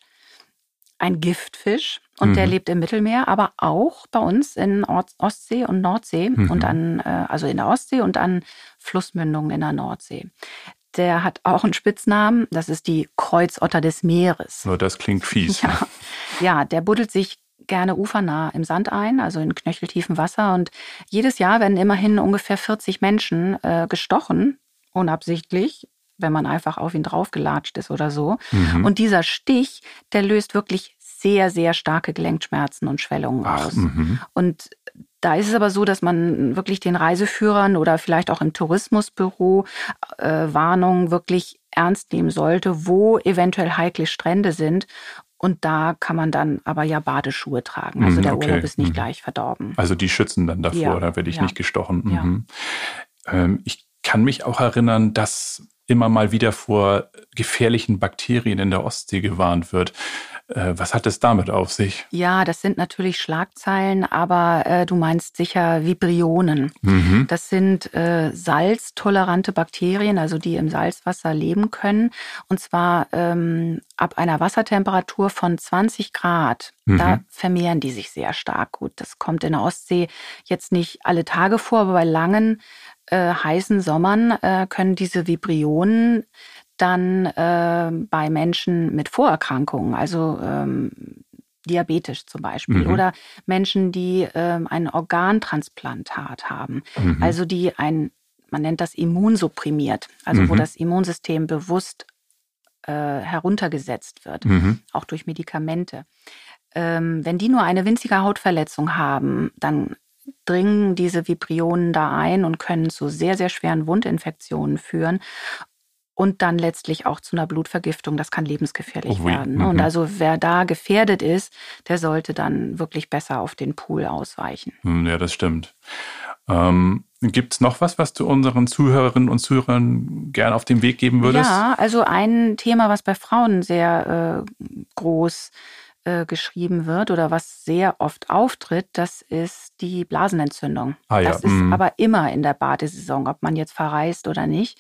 ein Giftfisch. Und mhm. der lebt im Mittelmeer, aber auch bei uns in Ostsee und Nordsee mhm. und an, also in der Ostsee und an Flussmündungen in der Nordsee. Der hat auch einen Spitznamen, das ist die Kreuzotter des Meeres. Nur das klingt fies. Ja, ja, der buddelt sich gerne ufernah im Sand ein, also in knöcheltiefem Wasser. Und jedes Jahr werden immerhin ungefähr vierzig Menschen äh, gestochen, unabsichtlich, wenn man einfach auf ihn draufgelatscht ist oder so. Mhm. Und dieser Stich, der löst wirklich sehr, sehr starke Gelenkschmerzen und Schwellungen Ach, aus. Mhm. Und da ist es aber so, dass man wirklich den Reiseführern oder vielleicht auch im Tourismusbüro äh, Warnungen wirklich ernst nehmen sollte, wo eventuell heikle Strände sind. Und da kann man dann aber ja Badeschuhe tragen. Also der okay. Urlaub ist nicht mhm. gleich verdorben. Also die schützen dann davor, ja. da werde ich ja. nicht gestochen. Mhm. Ja. Ähm, ich kann mich auch erinnern, dass immer mal wieder vor gefährlichen Bakterien in der Ostsee gewarnt wird. Was hat es damit auf sich? Ja, das sind natürlich Schlagzeilen, aber äh, du meinst sicher Vibrionen. Mhm. Das sind äh, salztolerante Bakterien, also die im Salzwasser leben können. Und zwar ähm, ab einer Wassertemperatur von zwanzig Grad. Mhm. Da vermehren die sich sehr stark. Gut, das kommt in der Ostsee jetzt nicht alle Tage vor, aber bei langen, äh, heißen Sommern äh, können diese Vibrionen dann äh, bei Menschen mit Vorerkrankungen, also ähm, diabetisch zum Beispiel, mhm. oder Menschen, die ähm, ein Organtransplantat haben, mhm. also die ein, man nennt das immunsupprimiert, also mhm. wo das Immunsystem bewusst äh, heruntergesetzt wird, mhm. auch durch Medikamente. Ähm, wenn die nur eine winzige Hautverletzung haben, dann dringen diese Vibrionen da ein und können zu sehr, sehr schweren Wundinfektionen führen. Und dann letztlich auch zu einer Blutvergiftung. Das kann lebensgefährlich oh, werden. Mhm. Und also wer da gefährdet ist, der sollte dann wirklich besser auf den Pool ausweichen. Ja, das stimmt. Ähm, gibt es noch was, was du unseren Zuhörerinnen und Zuhörern gerne auf den Weg geben würdest? Ja, also ein Thema, was bei Frauen sehr äh, groß äh, geschrieben wird oder was sehr oft auftritt, das ist die Blasenentzündung. Ah, ja. Das ist mhm. aber immer in der Badesaison, ob man jetzt verreist oder nicht.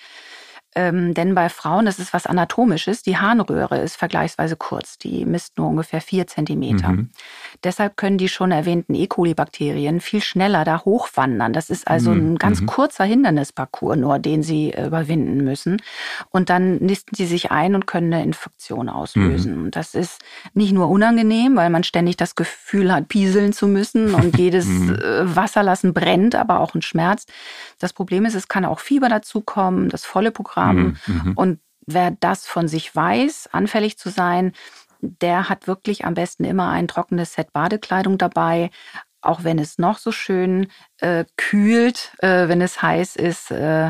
Ähm, denn bei Frauen, das ist was Anatomisches, die Harnröhre ist vergleichsweise kurz. Die misst nur ungefähr vier Zentimeter. Mhm. Deshalb können die schon erwähnten E. coli-Bakterien viel schneller da hochwandern. Das ist also mhm. ein ganz mhm. kurzer Hindernisparcours nur, den sie äh, überwinden müssen. Und dann nisten sie sich ein und können eine Infektion auslösen. Mhm. Das ist nicht nur unangenehm, weil man ständig das Gefühl hat, pieseln zu müssen und jedes mhm. äh, Wasserlassen brennt, aber auch ein Schmerz. Das Problem ist, es kann auch Fieber dazukommen, das volle Programm. Mhm. Und wer das von sich weiß, anfällig zu sein, der hat wirklich am besten immer ein trockenes Set Badekleidung dabei, auch wenn es noch so schön äh, kühlt, äh, wenn es heiß ist, äh,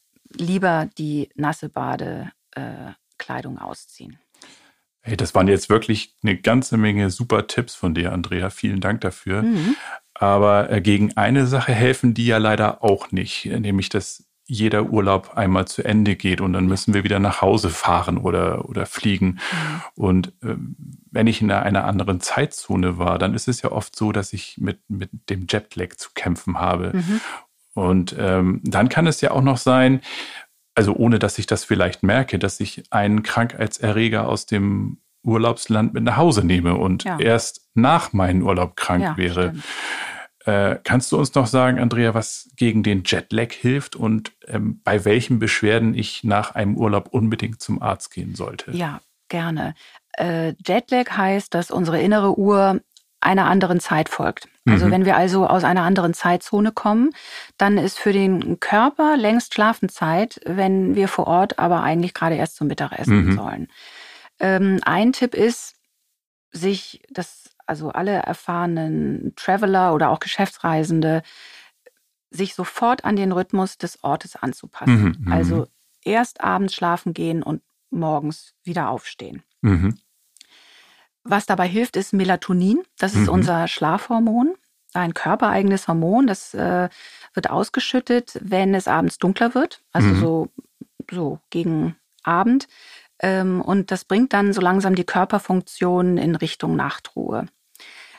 lieber die nasse Badekleidung äh, ausziehen. Hey, das waren jetzt wirklich eine ganze Menge super Tipps von dir, Andrea. Vielen Dank dafür. Mhm. Aber äh, gegen eine Sache helfen die ja leider auch nicht, nämlich dass jeder Urlaub einmal zu Ende geht und dann müssen wir wieder nach Hause fahren oder, oder fliegen. Mhm. Und ähm, wenn ich in einer anderen Zeitzone war, dann ist es ja oft so, dass ich mit, mit dem Jetlag zu kämpfen habe. Mhm. Und ähm, dann kann es ja auch noch sein, also ohne dass ich das vielleicht merke, dass ich einen Krankheitserreger aus dem Urlaubsland mit nach Hause nehme und ja. erst nach meinem Urlaub krank ja, wäre. Stimmt. Äh, kannst du uns noch sagen, Andrea, was gegen den Jetlag hilft und ähm, bei welchen Beschwerden ich nach einem Urlaub unbedingt zum Arzt gehen sollte? Ja, gerne. Äh, Jetlag heißt, dass unsere innere Uhr einer anderen Zeit folgt. Also mhm. wenn wir also aus einer anderen Zeitzone kommen, dann ist für den Körper längst Schlafenszeit, wenn wir vor Ort aber eigentlich gerade erst zum Mittagessen mhm. sollen. Ähm, ein Tipp ist, sich das also alle erfahrenen Traveler oder auch Geschäftsreisende, sich sofort an den Rhythmus des Ortes anzupassen. Mhm, also erst abends schlafen gehen und morgens wieder aufstehen. Mhm. Was dabei hilft, ist Melatonin. Das ist mhm. unser Schlafhormon, ein körpereigenes Hormon. Das äh, wird ausgeschüttet, wenn es abends dunkler wird, also mhm. so, so gegen Abend. Ähm, und das bringt dann so langsam die Körperfunktion in Richtung Nachtruhe.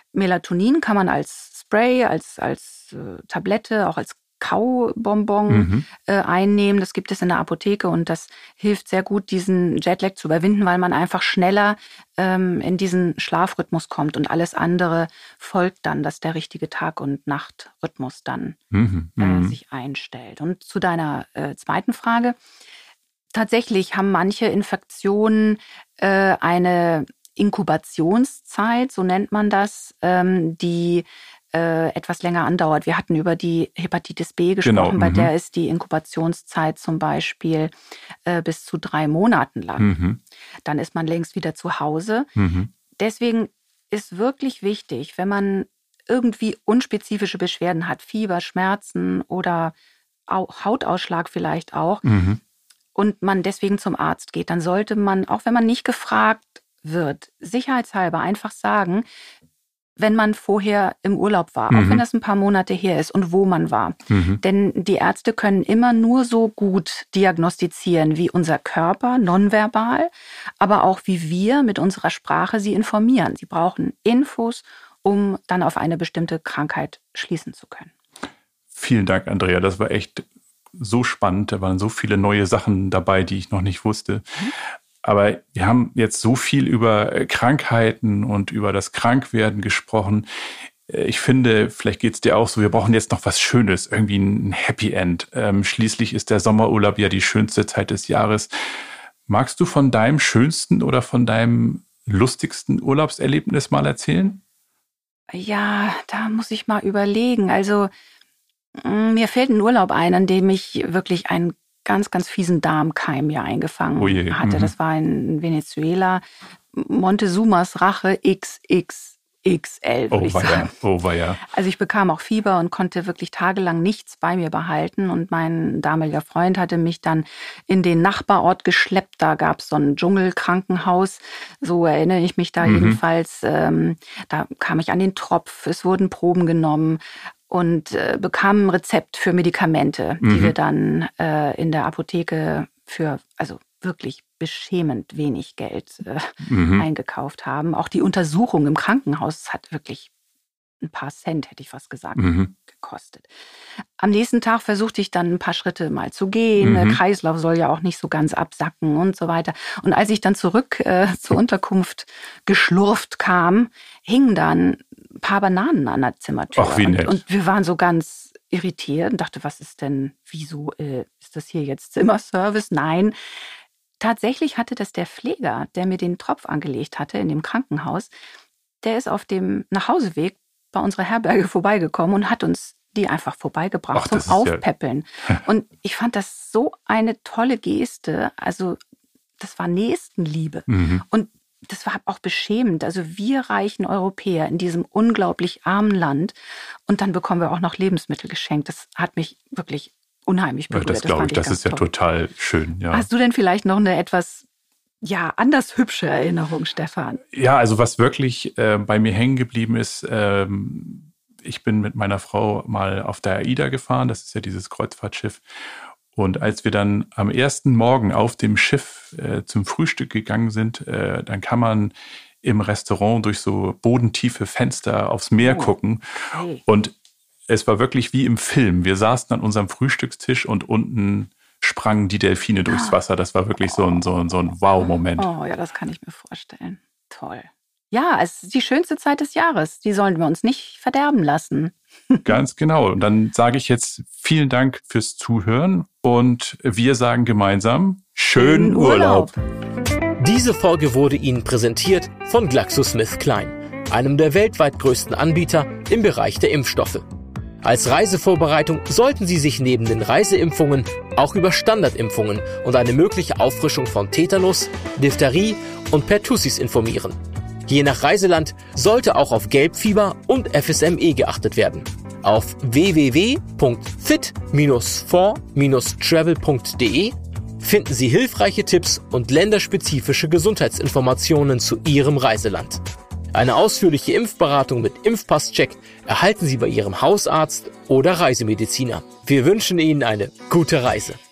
Melatonin kann man als Spray, als, als äh, Tablette, auch als Kaubonbon mhm. äh, einnehmen. Das gibt es in der Apotheke und das hilft sehr gut, diesen Jetlag zu überwinden, weil man einfach schneller ähm, in diesen Schlafrhythmus kommt und alles andere folgt dann, dass der richtige Tag- und Nachtrhythmus dann mhm. äh, Mhm. sich einstellt. Und zu deiner äh, zweiten Frage. Tatsächlich haben manche Infektionen äh, eine Inkubationszeit, so nennt man das, ähm, die äh, etwas länger andauert. Wir hatten über die Hepatitis B gesprochen, Genau, bei mhm. der ist die Inkubationszeit zum Beispiel äh, bis zu drei Monaten lang. Mhm. Dann ist man längst wieder zu Hause. Mhm. Deswegen ist wirklich wichtig, wenn man irgendwie unspezifische Beschwerden hat, Fieber, Schmerzen oder Au- Hautausschlag vielleicht auch, Mhm. und man deswegen zum Arzt geht, dann sollte man, auch wenn man nicht gefragt wird, sicherheitshalber einfach sagen, wenn man vorher im Urlaub war, Mhm. auch wenn das ein paar Monate her ist und wo man war. Mhm. Denn die Ärzte können immer nur so gut diagnostizieren, wie unser Körper nonverbal, aber auch wie wir mit unserer Sprache sie informieren. Sie brauchen Infos, um dann auf eine bestimmte Krankheit schließen zu können. Vielen Dank, Andrea. Das war echt so spannend. Da waren so viele neue Sachen dabei, die ich noch nicht wusste. Mhm. Aber wir haben jetzt so viel über Krankheiten und über das Krankwerden gesprochen. Ich finde, vielleicht geht es dir auch so, wir brauchen jetzt noch was Schönes, irgendwie ein Happy End. Ähm, schließlich ist der Sommerurlaub ja die schönste Zeit des Jahres. Magst du von deinem schönsten oder von deinem lustigsten Urlaubserlebnis mal erzählen? Ja, da muss ich mal überlegen. Also mir fällt ein Urlaub ein, an dem ich wirklich einen ganz, ganz fiesen Darmkeim ja eingefangen oh je. hatte. Mhm. Das war in Venezuela. Montezumas Rache X X X L, würde oh, ich war sagen. Ja. Oh, war ja. Also ich bekam auch Fieber und konnte wirklich tagelang nichts bei mir behalten. Und mein damaliger Freund hatte mich dann in den Nachbarort geschleppt. Da gab es so ein Dschungelkrankenhaus. So erinnere ich mich da mhm. jedenfalls. Ähm, da kam ich an den Tropf. Es wurden Proben genommen. Und äh, bekamen ein Rezept für Medikamente, mhm. die wir dann äh, in der Apotheke für also wirklich beschämend wenig Geld äh, mhm. eingekauft haben. Auch die Untersuchung im Krankenhaus hat wirklich ein paar Cent, hätte ich fast gesagt, mhm. gekostet. Am nächsten Tag versuchte ich dann ein paar Schritte mal zu gehen. Mhm. Der Kreislauf soll ja auch nicht so ganz absacken und so weiter. Und als ich dann zurück äh, zur Unterkunft geschlurft kam, hingen dann ein paar Bananen an der Zimmertür. Ach, wie nett. Und, und wir waren so ganz irritiert und dachte, was ist denn, wieso äh, ist das hier jetzt Zimmerservice? Nein, tatsächlich hatte das der Pfleger, der mir den Tropf angelegt hatte in dem Krankenhaus, der ist auf dem Nachhauseweg bei unserer Herberge vorbeigekommen und hat uns die einfach vorbeigebracht Ach, zum Aufpäppeln. Ja. Und ich fand das so eine tolle Geste. Also das war Nächstenliebe. Mhm. Und das war auch beschämend. Also wir reichen Europäer in diesem unglaublich armen Land und dann bekommen wir auch noch Lebensmittel geschenkt. Das hat mich wirklich unheimlich berührt. Ja, das glaube ich, das ist ja toll. Total schön. Ja. Hast du denn vielleicht noch eine etwas ja anders hübsche Erinnerung, Stefan? Ja, also was wirklich äh, bei mir hängen geblieben ist, ähm, ich bin mit meiner Frau mal auf der AIDA gefahren. Das ist ja dieses Kreuzfahrtschiff. Und als wir dann am ersten Morgen auf dem Schiff äh, zum Frühstück gegangen sind, äh, dann kann man im Restaurant durch so bodentiefe Fenster aufs Meer oh. gucken. Hey. Und es war wirklich wie im Film. Wir saßen an unserem Frühstückstisch und unten sprangen die Delfine durchs Wasser. Das war wirklich so ein, so ein, so ein Wow-Moment. Oh ja, das kann ich mir vorstellen. Toll. Ja, es ist die schönste Zeit des Jahres. Die sollen wir uns nicht verderben lassen. Ganz genau. Und dann sage ich jetzt vielen Dank fürs Zuhören und wir sagen gemeinsam schönen Urlaub. Urlaub. Diese Folge wurde Ihnen präsentiert von GlaxoSmithKline, einem der weltweit größten Anbieter im Bereich der Impfstoffe. Als Reisevorbereitung sollten Sie sich neben den Reiseimpfungen auch über Standardimpfungen und eine mögliche Auffrischung von Tetanus, Diphtherie und Pertussis informieren. Je nach Reiseland sollte auch auf Gelbfieber und F S M E geachtet werden. Auf w w w punkt fit dash for dash travel punkt d e finden Sie hilfreiche Tipps und länderspezifische Gesundheitsinformationen zu Ihrem Reiseland. Eine ausführliche Impfberatung mit Impfpasscheck erhalten Sie bei Ihrem Hausarzt oder Reisemediziner. Wir wünschen Ihnen eine gute Reise.